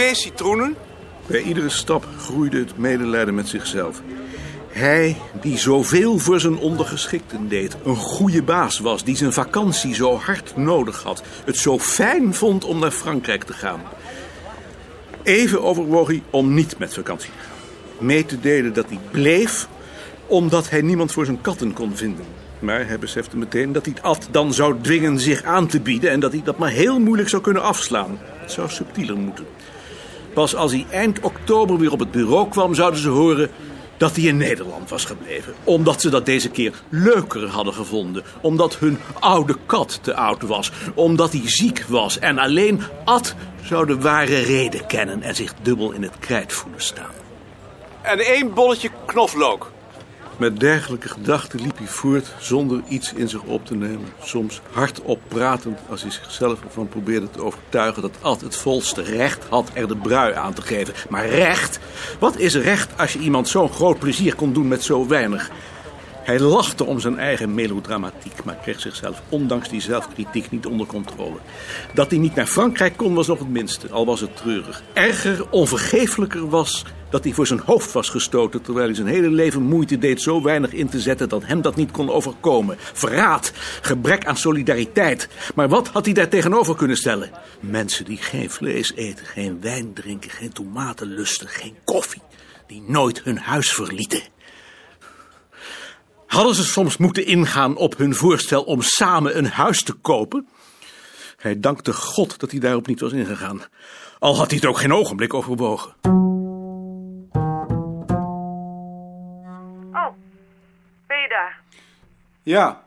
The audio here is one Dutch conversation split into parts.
2 citroenen. Bij iedere stap groeide het medelijden met zichzelf. Hij, die zoveel voor zijn ondergeschikten deed, een goede baas was, die zijn vakantie zo hard nodig had, het zo fijn vond om naar Frankrijk te gaan. Even overwoog hij om niet met vakantie te gaan. Mee te delen dat hij bleef, omdat hij niemand voor zijn katten kon vinden. Maar hij besefte meteen dat hij het Ad dan zou dwingen zich aan te bieden en dat hij dat maar heel moeilijk zou kunnen afslaan. Het zou subtieler moeten. Pas als hij eind oktober weer op het bureau kwam, zouden ze horen dat hij in Nederland was gebleven. Omdat ze dat deze keer leuker hadden gevonden. Omdat hun oude kat te oud was. Omdat hij ziek was. En alleen Ad zou de ware reden kennen en zich dubbel in het krijt voelen staan. En 1 bolletje knoflook. Met dergelijke gedachten liep hij voort zonder iets in zich op te nemen. Soms hardop pratend als hij zichzelf ervan probeerde te overtuigen dat Ad het volste recht had er de brui aan te geven. Maar recht? Wat is recht als je iemand zo'n groot plezier kon doen met zo weinig? Hij lachte om zijn eigen melodramatiek, maar kreeg zichzelf ondanks die zelfkritiek niet onder controle. Dat hij niet naar Frankrijk kon was nog het minste, al was het treurig. Erger, onvergeeflijker was dat hij voor zijn hoofd was gestoten, terwijl hij zijn hele leven moeite deed zo weinig in te zetten dat hem dat niet kon overkomen. Verraad, gebrek aan solidariteit. Maar wat had hij daar tegenover kunnen stellen? Mensen die geen vlees eten, geen wijn drinken, geen tomaten lusten, geen koffie, die nooit hun huis verlieten. Hadden ze soms moeten ingaan op hun voorstel om samen een huis te kopen? Hij dankte God dat hij daarop niet was ingegaan. Al had hij het ook geen ogenblik overwogen. Oh, ben je daar? Ja.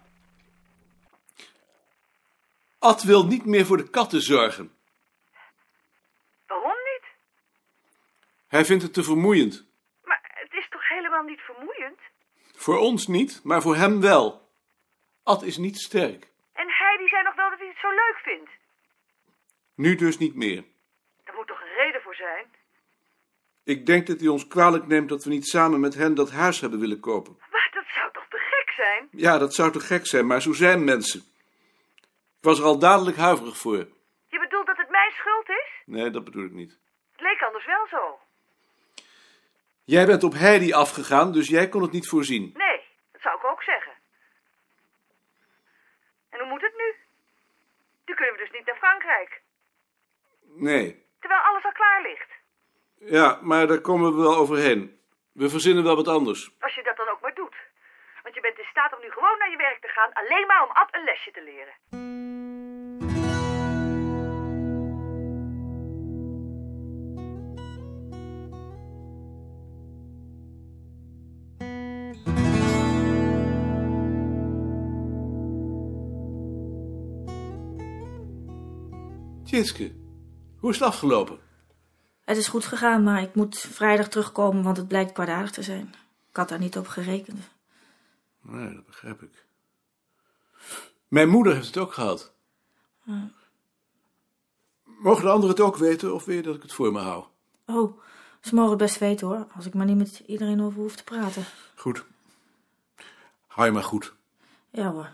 Ad wil niet meer voor de katten zorgen. Waarom niet? Hij vindt het te vermoeiend. Maar het is toch helemaal niet vermoeiend? Voor ons niet, maar voor hem wel. Ad is niet sterk. En Heidi zei nog wel dat hij het zo leuk vindt. Nu dus niet meer. Daar moet toch een reden voor zijn? Ik denk dat hij ons kwalijk neemt dat we niet samen met hen dat huis hebben willen kopen. Maar dat zou toch te gek zijn? Ja, dat zou te gek zijn, maar zo zijn mensen. Ik was er al dadelijk huiverig voor. Je bedoelt dat het mijn schuld is? Nee, dat bedoel ik niet. Het leek anders wel zo. Jij bent op Heidi afgegaan, dus jij kon het niet voorzien. Nee, dat zou ik ook zeggen. En hoe moet het nu? Nu kunnen we dus niet naar Frankrijk. Nee. Terwijl alles al klaar ligt. Ja, maar daar komen we wel overheen. We verzinnen wel wat anders. Als je dat dan ook maar doet. Want je bent in staat om nu gewoon naar je werk te gaan, alleen maar om Ad een lesje te leren. Tjitske, hoe is het afgelopen? Het is goed gegaan, maar ik moet vrijdag terugkomen, want het blijkt kwaadaardig te zijn. Ik had daar niet op gerekend. Nee, dat begrijp ik. Mijn moeder heeft het ook gehad. Mogen de anderen het ook weten, of wil je dat ik het voor me hou? Oh, ze mogen het best weten hoor, als ik maar niet met iedereen over hoef te praten. Goed. Hou je maar goed. Ja hoor.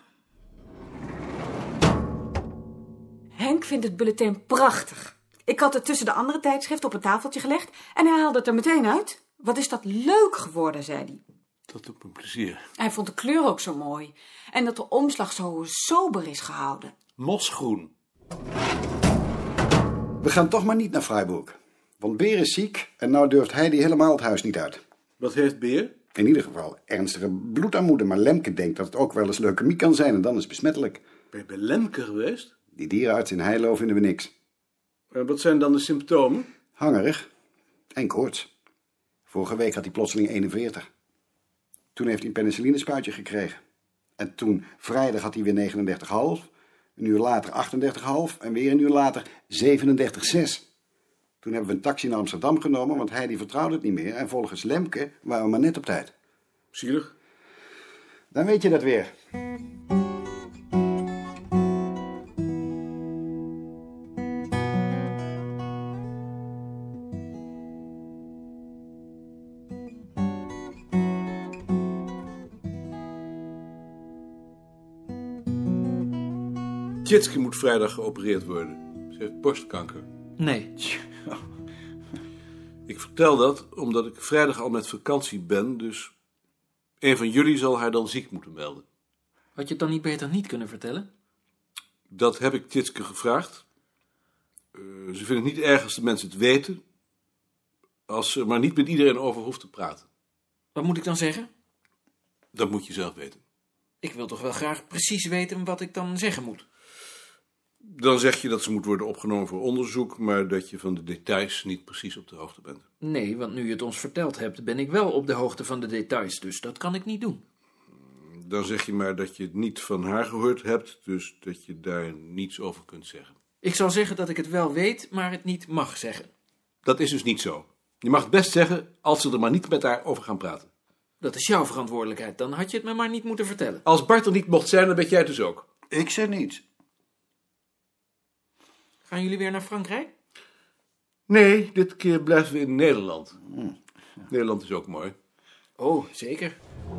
Henk vindt het bulletin prachtig. Ik had het tussen de andere tijdschriften op een tafeltje gelegd en hij haalde het er meteen uit. Wat is dat leuk geworden, zei hij. Dat doet me plezier. Hij vond de kleur ook zo mooi. En dat de omslag zo sober is gehouden. Mosgroen. We gaan toch maar niet naar Freiburg. Want Beer is ziek en nou durft Heidi helemaal het huis niet uit. Wat heeft Beer? In ieder geval ernstige bloedarmoede, maar Lemke denkt dat het ook wel eens leukemie kan zijn en dan is het besmettelijk. Ben je bij Lemke geweest? Die dierenarts in Heilo vinden we niks. Wat zijn dan de symptomen? Hangerig en koorts. Vorige week had hij plotseling 41. Toen heeft hij een penicillinespuitje gekregen. En toen, vrijdag, had hij weer 39,5. Een uur later 38,5 en weer een uur later 37,6. Toen hebben we een taxi naar Amsterdam genomen, want Heidi vertrouwde het niet meer. En volgens Lemke waren we maar net op tijd. Zielig. Dan weet je dat weer. Tjitske moet vrijdag geopereerd worden. Ze heeft borstkanker. Nee. Ik vertel dat omdat ik vrijdag al met vakantie ben, dus een van jullie zal haar dan ziek moeten melden. Had je het dan niet beter niet kunnen vertellen? Dat heb ik Tjitske gevraagd. Ze vindt het niet erg als de mensen het weten, als ze er maar niet met iedereen over hoeft te praten. Wat moet ik dan zeggen? Dat moet je zelf weten. Ik wil toch wel graag precies weten wat ik dan zeggen moet. Dan zeg je dat ze moet worden opgenomen voor onderzoek, maar dat je van de details niet precies op de hoogte bent. Nee, want nu je het ons verteld hebt, ben ik wel op de hoogte van de details, dus dat kan ik niet doen. Dan zeg je maar dat je het niet van haar gehoord hebt, dus dat je daar niets over kunt zeggen. Ik zal zeggen dat ik het wel weet, maar het niet mag zeggen. Dat is dus niet zo. Je mag het best zeggen als ze er maar niet met haar over gaan praten. Dat is jouw verantwoordelijkheid, dan had je het me maar niet moeten vertellen. Als Bart er niet mocht zijn, dan weet jij het dus ook. Ik zeg niets. Gaan jullie weer naar Frankrijk? Nee, dit keer blijven we in Nederland. Nederland is ook mooi. Oh, zeker.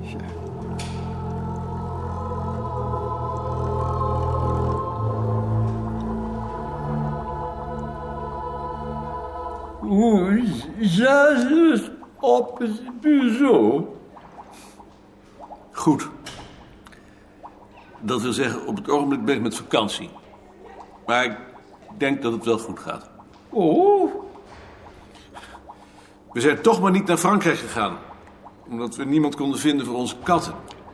Hoe zat het op het bureau? Goed. Dat wil zeggen, op het ogenblik ben ik met vakantie. Maar ik denk dat het wel goed gaat. Oh, We zijn toch maar niet naar Frankrijk gegaan. Omdat we niemand konden vinden voor onze katten.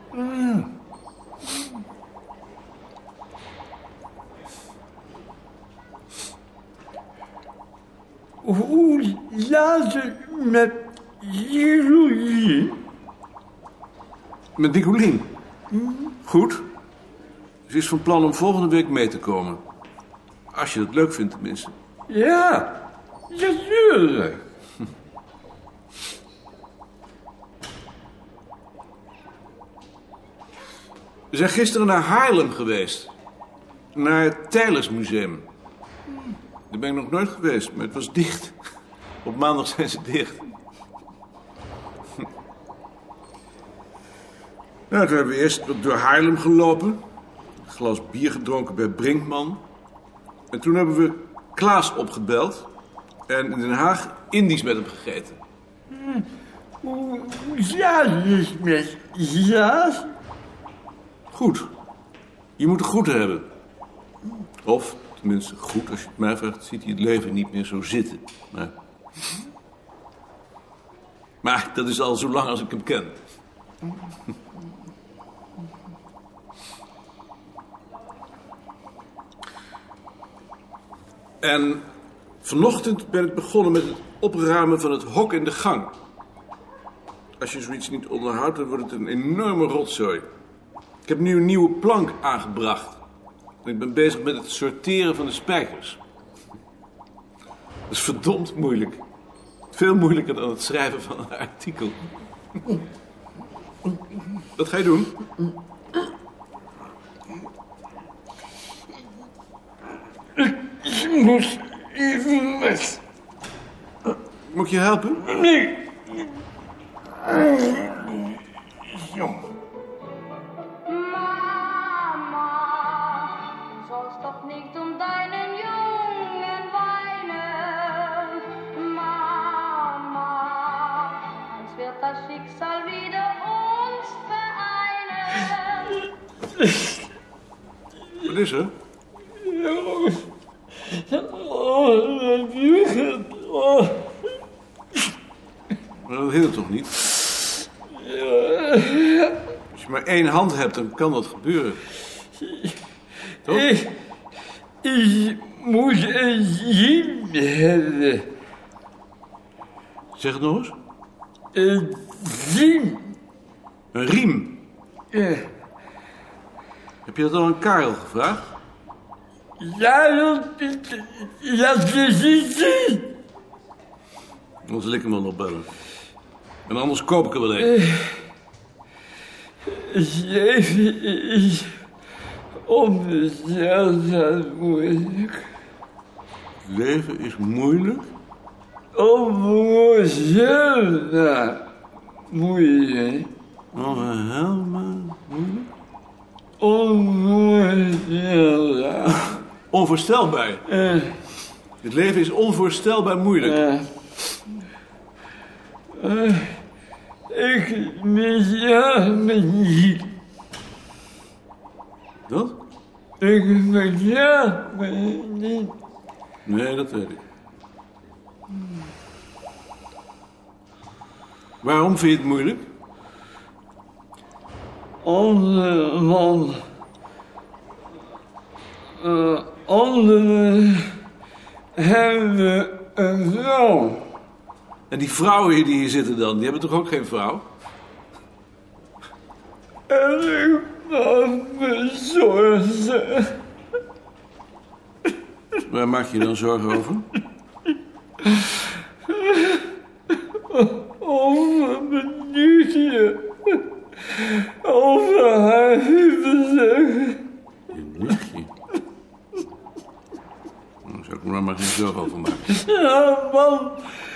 hoe zat het met Jeroen? Met Nicolien. Goed. Ze is van plan om volgende week mee te komen. Als je het leuk vindt tenminste. Ja, natuurlijk. We zijn gisteren naar Haarlem geweest. Naar het Tijlersmuseum. Daar ben ik nog nooit geweest, maar het was dicht. Op maandag zijn ze dicht. Nou, toen hebben we eerst wat door Haarlem gelopen. Een glas bier gedronken bij Brinkman. En toen hebben we Klaas opgebeld. En in Den Haag Indisch met hem gegeten. Hoe zat het met Jas? Goed. Je moet het goed hebben. Of, tenminste goed, als je het mij vraagt, ziet hij het leven niet meer zo zitten. Maar dat is al zo lang als ik hem ken. En vanochtend ben ik begonnen met het opruimen van het hok in de gang. Als je zoiets niet onderhoudt, dan wordt het een enorme rotzooi. Ik heb nu een nieuwe plank aangebracht. En ik ben bezig met het sorteren van de spijkers. Dat is verdomd moeilijk. Veel moeilijker dan het schrijven van een artikel. Wat ga je doen? Ik moet even weg. Moet ik je helpen? Nee. Zo. Mama, sollst doch nicht um deinen Jungen weinen. Mama, sonst wird das Schicksal wieder uns vereinen. Wat is er? Oh, dat jugend. Oh. Maar dat heelt toch niet? Als je maar één hand hebt, dan kan dat gebeuren. Toch? Ik moet een zin hebben. Zeg het nog eens. Een zin. Een riem. Ja. Heb je dat al aan Karel gevraagd? Ja, dat is niet. Dan zal ik hem wel nog bellen. En anders koop ik er wel een. Het leven is onbestelbaar moeilijk. Leven is moeilijk. Onvoorstelbaar moeilijk. Helemaal moeilijk. Onvoorstelbaar. Onvoorstelbaar. Het leven is onvoorstelbaar moeilijk. Ik verjaag me niet. Wat? Ik verjaag me niet. Nee, dat weet ik. Waarom vind je het moeilijk? Andere man. Anderen hebben een vrouw. En die vrouwen die hier zitten dan, die hebben toch ook geen vrouw? En ik maak me zorgen. Waar maak je dan zorgen over? Over mijn nichtje. Over haar huwelijk. Je nichtje? Daar zou ik me maar geen zorgen over maken. Ja, man.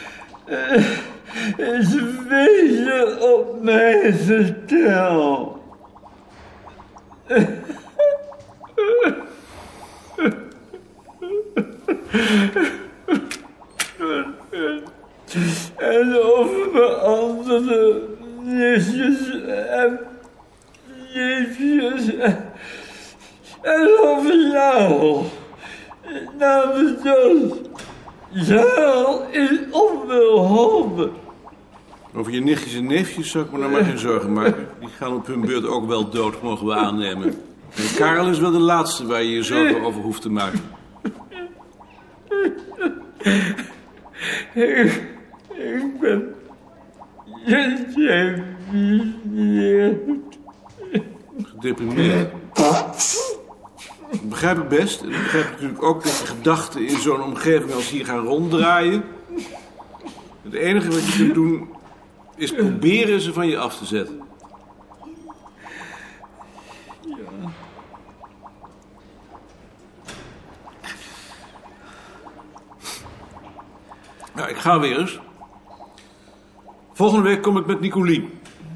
Is wezen op mij vertel. En over mijn andere nichtjes en neefjes. En over jou. Namens dood. Zal is onbeholpen. Over je nichtjes en neefjes zou ik me nou maar geen zorgen maken. Die gaan op hun beurt ook wel dood, mogen we aannemen. En Karel is wel de laatste waar je je zorgen over hoeft te maken. Ik ben gedeprimeerd. Gedeprimeerd? Dat begrijp ik best. En ik begrijp natuurlijk ook dat je gedachten in zo'n omgeving als hier gaan ronddraaien. Het enige wat je kunt doen is proberen ze van je af te zetten. Nou, ik ga weer eens. Volgende week kom ik met Nicolien.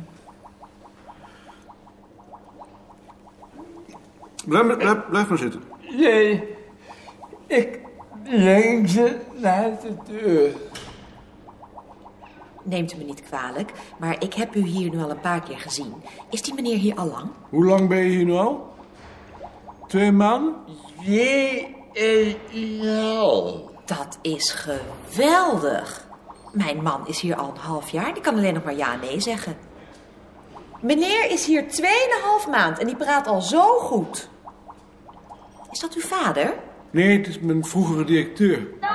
Blijf maar zitten. Nee, ik breng ze naar de deur. Neemt u me niet kwalijk, maar ik heb u hier nu al een paar keer gezien. Is die meneer hier al lang? Hoe lang ben je hier nu al? 2 maanden? Dat is geweldig. Mijn man is hier al een half jaar. Die kan alleen nog maar ja en nee zeggen. Meneer is hier 2,5 maand en die praat al zo goed. Is dat uw vader? Nee, het is mijn vroegere directeur.